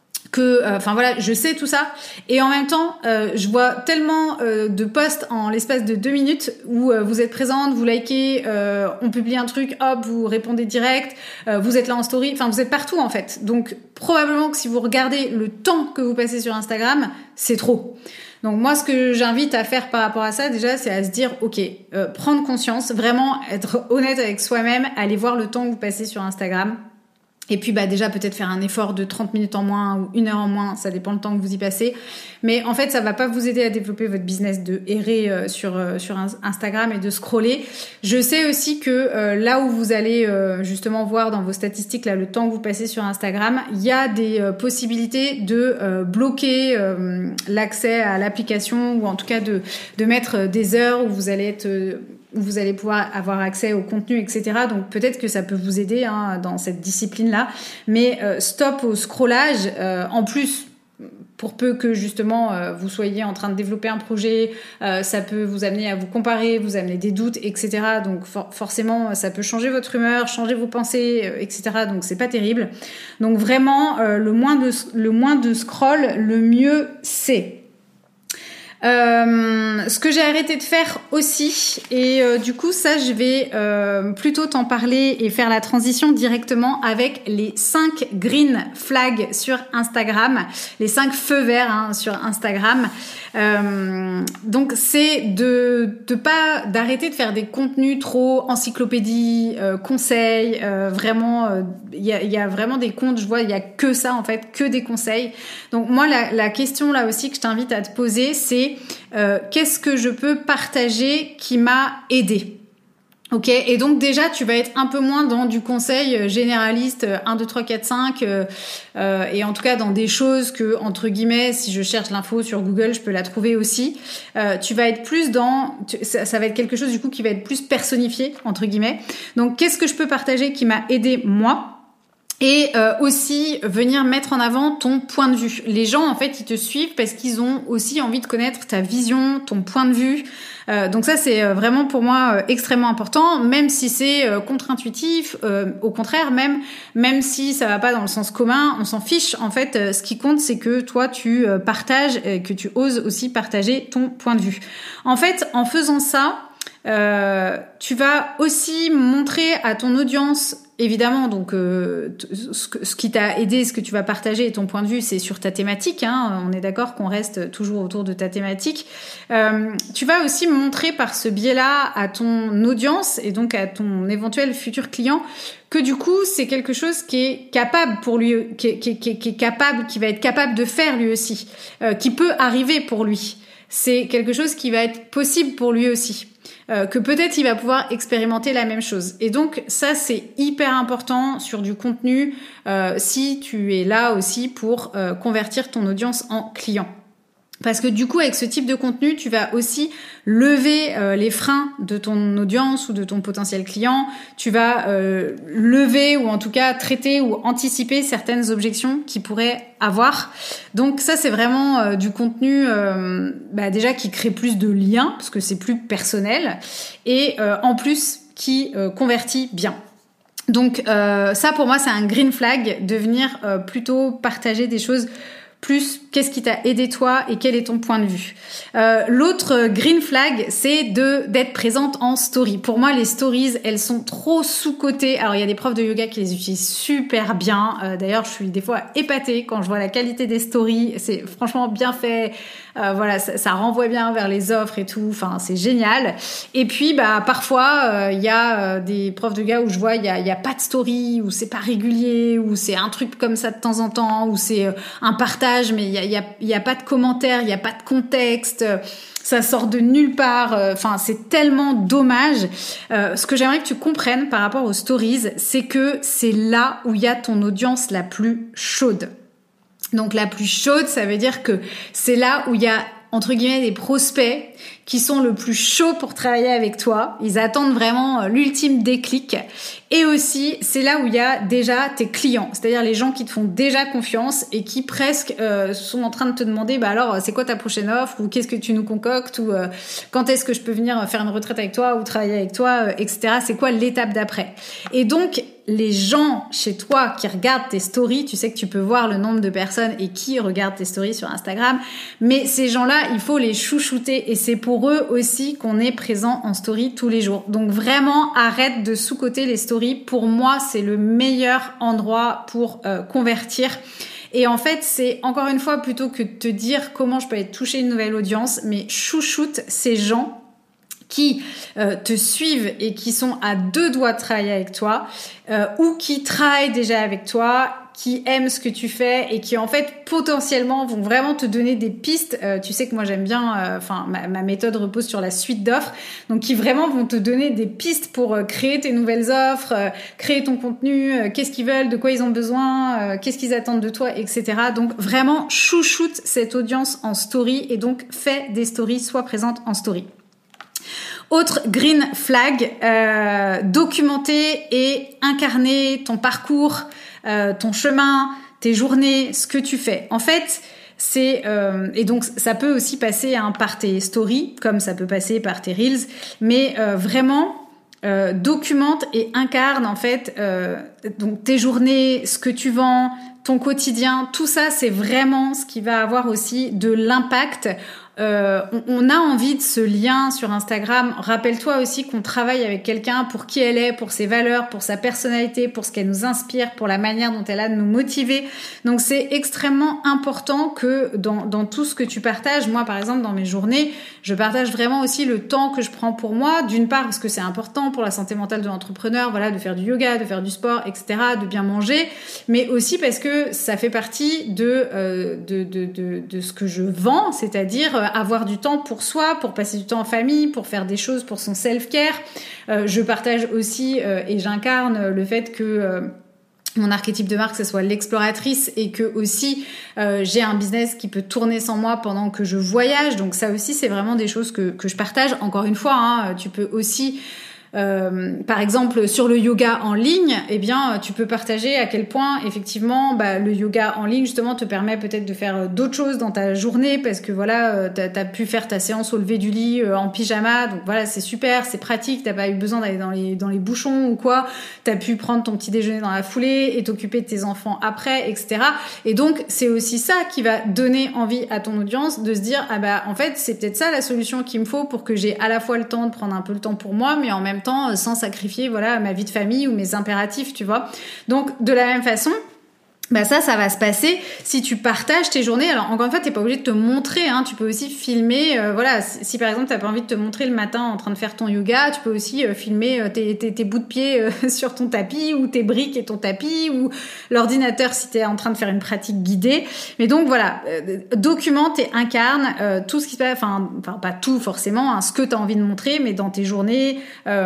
Je sais tout ça et en même temps je vois tellement de posts en l'espace de 2 minutes où vous êtes présente, vous likez, on publie un truc, hop, vous répondez direct, vous êtes là en story, vous êtes partout en fait. Donc probablement que si vous regardez le temps que vous passez sur Instagram, c'est trop. Donc moi, ce que j'invite à faire par rapport à ça, déjà, c'est à se dire, ok, prendre conscience, vraiment être honnête avec soi-même, aller voir le temps que vous passez sur Instagram. Et puis déjà peut-être faire un effort de 30 minutes en moins ou 1 heure en moins, ça dépend le temps que vous y passez. Mais en fait, ça va pas vous aider à développer votre business de errer sur Instagram et de scroller. Je sais aussi que là où vous allez justement voir dans vos statistiques là le temps que vous passez sur Instagram, il y a des possibilités de bloquer l'accès à l'application ou en tout cas de mettre des heures où vous allez pouvoir avoir accès au contenu, etc. Donc peut-être que ça peut vous aider dans cette discipline-là. Mais stop au scrollage. En plus, pour peu que justement vous soyez en train de développer un projet, ça peut vous amener à vous comparer, vous amener des doutes, etc. Donc forcément, ça peut changer votre humeur, changer vos pensées, etc. Donc c'est pas terrible. Donc vraiment, le moins de scroll, le mieux c'est. Ce que j'ai arrêté de faire aussi, et du coup ça je vais plutôt t'en parler et faire la transition directement avec les 5 green flags sur Instagram, les 5 feux verts sur Instagram. Donc c'est d'arrêter de faire des contenus trop encyclopédie, conseils, vraiment il y a vraiment des comptes, je vois il y a que ça en fait, que des conseils. Donc moi la question là aussi que je t'invite à te poser, c'est qu'est-ce que je peux partager qui m'a aidé? Ok, et donc déjà tu vas être un peu moins dans du conseil généraliste 1, 2, 3, 4, 5 et en tout cas dans des choses que entre guillemets si je cherche l'info sur Google je peux la trouver aussi. Tu vas être plus ça va être quelque chose du coup qui va être plus personnifié entre guillemets. Donc qu'est-ce que je peux partager qui m'a aidé moi? Et aussi venir mettre en avant ton point de vue. Les gens en fait ils te suivent parce qu'ils ont aussi envie de connaître ta vision, ton point de vue. Donc ça c'est vraiment pour moi extrêmement important, même si c'est contre-intuitif. Au contraire même si ça va pas dans le sens commun, on s'en fiche. En fait ce qui compte c'est que toi tu partages, que tu oses aussi partager ton point de vue. En fait en faisant ça, tu vas aussi montrer à ton audience. Évidemment, donc ce qui t'a aidé, ce que tu vas partager et ton point de vue, c'est sur ta thématique. On est d'accord qu'on reste toujours autour de ta thématique. Tu vas aussi montrer par ce biais-là à ton audience et donc à ton éventuel futur client que du coup c'est quelque chose qui est capable pour lui, qui va être capable de faire lui aussi, qui peut arriver pour lui. C'est quelque chose qui va être possible pour lui aussi. Que peut-être il va pouvoir expérimenter la même chose. Et donc ça c'est hyper important sur du contenu si tu es là aussi pour convertir ton audience en client. Parce que du coup, avec ce type de contenu, tu vas aussi lever les freins de ton audience ou de ton potentiel client. Tu vas lever ou en tout cas traiter ou anticiper certaines objections qu'il pourrait avoir. Donc ça, c'est vraiment du contenu déjà qui crée plus de liens parce que c'est plus personnel et en plus qui convertit bien. Donc ça pour moi c'est un green flag de venir plutôt partager des choses plus qu'est-ce qui t'a aidé toi et quel est ton point de vue. L'autre green flag, c'est d'être présente en story. Pour moi, les stories, elles sont trop sous-cotées. Alors, il y a des profs de yoga qui les utilisent super bien. D'ailleurs, je suis des fois épatée quand je vois la qualité des stories. C'est franchement bien fait. Voilà, ça renvoie bien vers les offres et tout. Enfin, c'est génial. Et puis, parfois, il y a des profs de yoga où je vois, il y a pas de story, où c'est pas régulier, où c'est un truc comme ça de temps en temps, où c'est un partage, mais il y a pas de commentaires, il y a pas de contexte. Ça sort de nulle part. Enfin, c'est tellement dommage. Ce que j'aimerais que tu comprennes par rapport aux stories, c'est que c'est là où il y a ton audience la plus chaude. Donc la plus chaude, ça veut dire que c'est là où il y a entre guillemets des prospects qui sont le plus chauds pour travailler avec toi. Ils attendent vraiment l'ultime déclic. Et aussi, c'est là où il y a déjà tes clients, c'est-à-dire les gens qui te font déjà confiance et qui presque sont en train de te demander alors c'est quoi ta prochaine offre, ou qu'est-ce que tu nous concoctes, ou quand est-ce que je peux venir faire une retraite avec toi ou travailler avec toi, etc. C'est quoi l'étape d'après? Et donc les gens chez toi qui regardent tes stories, tu sais que tu peux voir le nombre de personnes et qui regardent tes stories sur Instagram, mais ces gens-là, il faut les chouchouter et c'est pour eux aussi qu'on est présent en story tous les jours. Donc vraiment, arrête de sous-coter les stories. Pour moi, c'est le meilleur endroit pour convertir. Et en fait, c'est encore une fois, plutôt que de te dire comment je peux aller toucher une nouvelle audience, mais chouchoute ces gens qui te suivent et qui sont à 2 doigts de travailler avec toi, ou qui travaillent déjà avec toi, qui aiment ce que tu fais et qui en fait potentiellement vont vraiment te donner des pistes. Tu sais que moi j'aime bien, ma méthode repose sur la suite d'offres, donc qui vraiment vont te donner des pistes pour créer tes nouvelles offres, créer ton contenu, qu'est-ce qu'ils veulent, de quoi ils ont besoin, qu'est-ce qu'ils attendent de toi, etc. Donc vraiment chouchoute cette audience en story et donc fais des stories, sois présente en story. Autre green flag, documenter et incarner ton parcours, ton chemin, tes journées, ce que tu fais. En fait, c'est et donc ça peut aussi passer par tes stories, comme ça peut passer par tes reels, mais vraiment documente et incarne en fait donc tes journées, ce que tu vends, ton quotidien. Tout ça, c'est vraiment ce qui va avoir aussi de l'impact. On a envie de ce lien sur Instagram. Rappelle-toi aussi qu'on travaille avec quelqu'un pour qui elle est, pour ses valeurs, pour sa personnalité, pour ce qu'elle nous inspire, pour la manière dont elle a de nous motiver. Donc c'est extrêmement important que dans tout ce que tu partages, moi par exemple dans mes journées, je partage vraiment aussi le temps que je prends pour moi, d'une part parce que c'est important pour la santé mentale de l'entrepreneur, voilà, de faire du yoga, de faire du sport, etc., de bien manger, mais aussi parce que ça fait partie de ce que je vends, c'est-à-dire avoir du temps pour soi, pour passer du temps en famille, pour faire des choses pour son self-care. Je partage aussi et j'incarne le fait que mon archétype de marque, ce soit l'exploratrice et que aussi j'ai un business qui peut tourner sans moi pendant que je voyage. Donc ça aussi, c'est vraiment des choses que je partage. Encore une fois, tu peux aussi... par exemple sur le yoga en ligne, eh bien tu peux partager à quel point effectivement le yoga en ligne justement te permet peut-être de faire d'autres choses dans ta journée parce que voilà t'as pu faire ta séance au lever du lit en pyjama, donc voilà c'est super, c'est pratique, t'as pas eu besoin d'aller dans les bouchons ou quoi, t'as pu prendre ton petit déjeuner dans la foulée et t'occuper de tes enfants après, etc. Et donc c'est aussi ça qui va donner envie à ton audience de se dire en fait c'est peut-être ça la solution qu'il me faut pour que j'ai à la fois le temps de prendre un peu le temps pour moi mais en même temps sans sacrifier ma vie de famille ou mes impératifs, tu vois. Donc de la même façon, ça va se passer si tu partages tes journées. Alors encore une fois, t'es pas obligé de te montrer, tu peux aussi filmer, si par exemple t'as pas envie de te montrer le matin en train de faire ton yoga, tu peux aussi filmer tes bouts de pied sur ton tapis, ou tes briques et ton tapis, ou l'ordinateur si t'es en train de faire une pratique guidée. Mais donc voilà, documente et incarne tout ce qui se passe, enfin pas tout forcément, ce que t'as envie de montrer, mais dans tes journées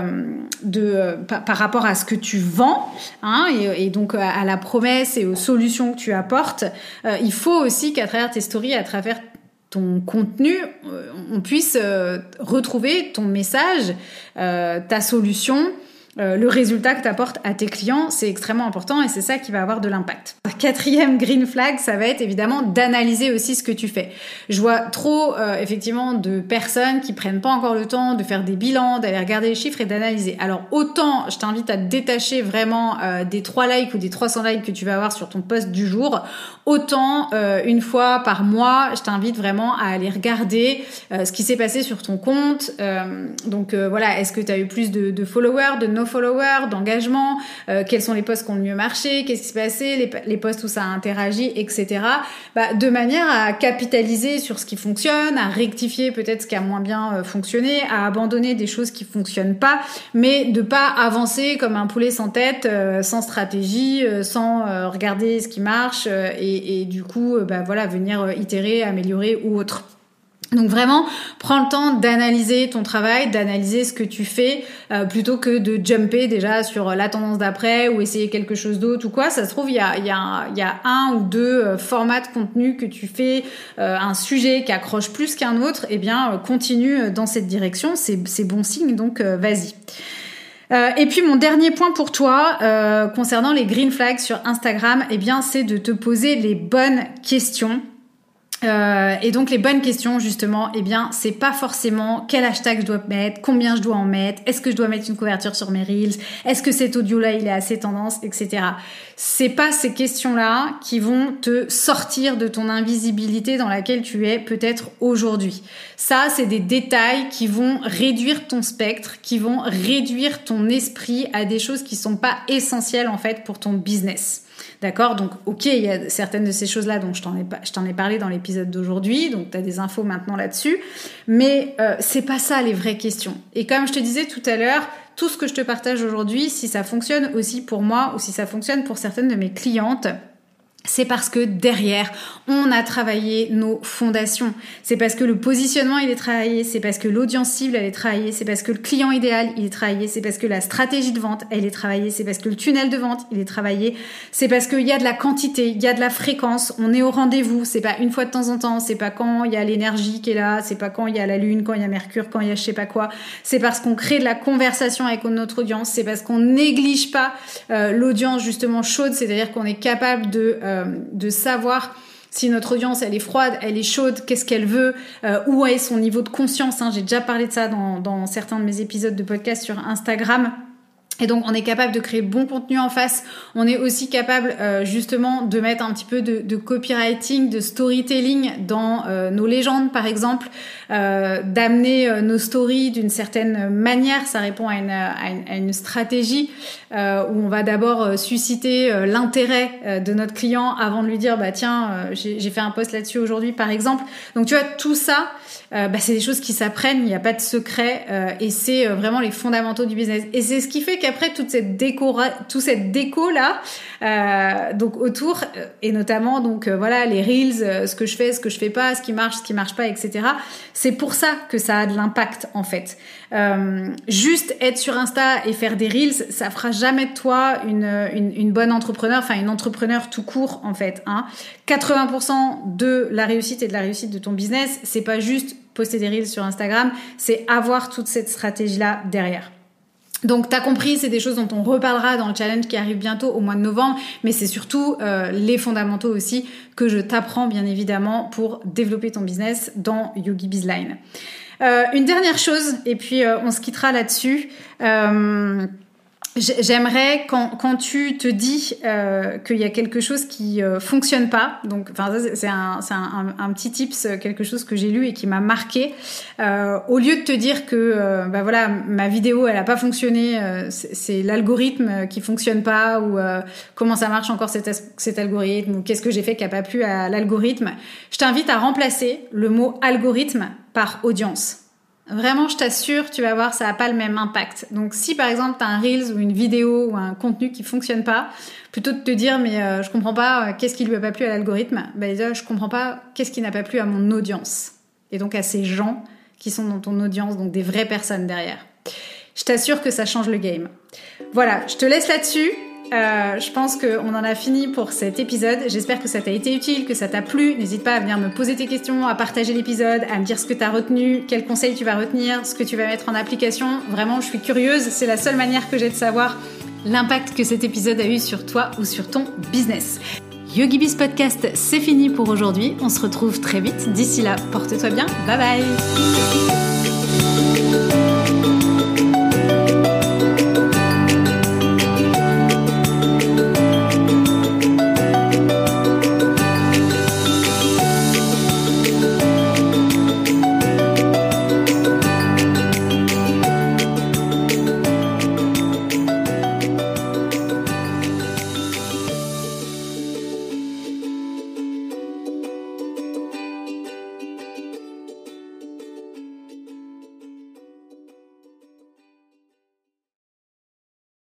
par rapport à ce que tu vends, et donc à la promesse et aux solutions que tu apportes. Il faut aussi qu'à travers tes stories, à travers ton contenu, on puisse retrouver ton message, ta solution, le résultat que tu apportes à tes clients, c'est extrêmement important et c'est ça qui va avoir de l'impact. Quatrième green flag, ça va être évidemment d'analyser aussi ce que tu fais. Je vois trop effectivement de personnes qui prennent pas encore le temps de faire des bilans, d'aller regarder les chiffres et d'analyser. Alors autant je t'invite à te détacher vraiment des 3 likes ou des 300 likes que tu vas avoir sur ton post du jour, autant une fois par mois, je t'invite vraiment à aller regarder ce qui s'est passé sur ton compte. Donc voilà, est-ce que tu as eu plus de followers, de no-followers, d'engagement, quels sont les posts qui ont le mieux marché, qu'est-ce qui s'est passé, les posts où ça a interagi, etc. De manière à capitaliser sur ce qui fonctionne, à rectifier peut-être ce qui a moins bien fonctionné, à abandonner des choses qui fonctionnent pas, mais de pas avancer comme un poulet sans tête, sans stratégie, sans regarder ce qui marche et du coup voilà, venir itérer, améliorer ou autre. Donc vraiment, prends le temps d'analyser ton travail, d'analyser ce que tu fais, plutôt que de jumper déjà sur la tendance d'après ou essayer quelque chose d'autre ou quoi. Ça se trouve, il y a 1 ou 2 formats de contenu que tu fais, un sujet qui accroche plus qu'un autre, eh bien continue dans cette direction, c'est bon signe, donc vas-y. Et puis mon dernier point pour toi, concernant les green flags sur Instagram, eh bien c'est de te poser les bonnes questions. Et donc les bonnes questions justement, eh bien c'est pas forcément quel hashtag je dois mettre, combien je dois en mettre, est-ce que je dois mettre une couverture sur mes reels, est-ce que cet audio là il est assez tendance, etc. C'est pas ces questions-là qui vont te sortir de ton invisibilité dans laquelle tu es peut-être aujourd'hui. Ça, c'est des détails qui vont réduire ton spectre, qui vont réduire ton esprit à des choses qui sont pas essentielles en fait pour ton business. D'accord? Donc, ok, il y a certaines de ces choses-là dont je t'en ai parlé dans l'épisode d'aujourd'hui, donc tu as des infos maintenant là-dessus, mais c'est pas ça les vraies questions. Et comme je te disais tout à l'heure, tout ce que je te partage aujourd'hui, si ça fonctionne aussi pour moi ou si ça fonctionne pour certaines de mes clientes, c'est parce que derrière, on a travaillé nos fondations. C'est parce que le positionnement, il est travaillé. C'est parce que l'audience cible, elle est travaillée. C'est parce que le client idéal, il est travaillé. C'est parce que la stratégie de vente, elle est travaillée. C'est parce que le tunnel de vente, il est travaillé. C'est parce qu'il y a de la quantité, il y a de la fréquence. On est au rendez-vous. C'est pas une fois de temps en temps. C'est pas quand il y a l'énergie qui est là. C'est pas quand il y a la lune, quand il y a Mercure, quand il y a je sais pas quoi. C'est parce qu'on crée de la conversation avec notre audience. C'est parce qu'on néglige pas l'audience justement chaude. C'est-à-dire qu'on est capable de savoir si notre audience elle est froide, elle est chaude, qu'est-ce qu'elle veut, où est son niveau de conscience. J'ai déjà parlé de ça dans certains de mes épisodes de podcast sur Instagram. Et donc, on est capable de créer bon contenu en face. On est aussi capable, justement, de mettre un petit peu de copywriting, de storytelling dans nos légendes, par exemple, d'amener nos stories d'une certaine manière. Ça répond à une stratégie où on va d'abord susciter l'intérêt de notre client avant de lui dire, tiens, j'ai fait un post là-dessus aujourd'hui, par exemple. Donc, tu vois, tout ça, c'est des choses qui s'apprennent, il n'y a pas de secret et c'est vraiment les fondamentaux du business. Et c'est ce qui fait qu'après toute cette déco là, donc autour et notamment donc voilà les reels, ce que je fais pas, ce qui marche pas, etc. C'est pour ça que ça a de l'impact en fait. Juste être sur Insta et faire des reels, ça fera jamais de toi une bonne entrepreneur, enfin une entrepreneur tout court en fait. 80% de la réussite et de la réussite de ton business, c'est pas juste poster des reels sur Instagram, c'est avoir toute cette stratégie-là derrière. Donc, t'as compris, c'est des choses dont on reparlera dans le challenge qui arrive bientôt au mois de novembre, mais c'est surtout les fondamentaux aussi que je t'apprends bien évidemment pour développer ton business dans Yogi Bizline. Une dernière chose, et puis on se quittera là-dessus. J'aimerais quand tu te dis qu'il y a quelque chose qui fonctionne pas, donc enfin c'est un petit tips, quelque chose que j'ai lu et qui m'a marqué. Au lieu de te dire que voilà ma vidéo elle a pas fonctionné, c'est l'algorithme qui fonctionne pas ou comment ça marche encore cet algorithme ou qu'est-ce que j'ai fait qui a pas plu à l'algorithme, je t'invite à remplacer le mot algorithme par audience. Vraiment, je t'assure, tu vas voir, ça n'a pas le même impact. Donc, si par exemple, tu as un Reels ou une vidéo ou un contenu qui fonctionne pas, plutôt de te dire, mais je comprends pas qu'est-ce qui lui a pas plu à l'algorithme, déjà, je comprends pas qu'est-ce qui n'a pas plu à mon audience. Et donc, à ces gens qui sont dans ton audience, donc des vraies personnes derrière. Je t'assure que ça change le game. Voilà, je te laisse là-dessus. Je pense qu'on en a fini pour cet épisode. J'espère que ça t'a été utile, que ça t'a plu. N'hésite pas à venir me poser tes questions, à partager l'épisode, à me dire ce que tu as retenu, quels conseils tu vas retenir, ce que tu vas mettre en application. Vraiment, je suis curieuse. C'est la seule manière que j'ai de savoir l'impact que cet épisode a eu sur toi ou sur ton business. YogiBiz Podcast, c'est fini pour aujourd'hui. On se retrouve très vite. D'ici là, porte-toi bien. Bye bye.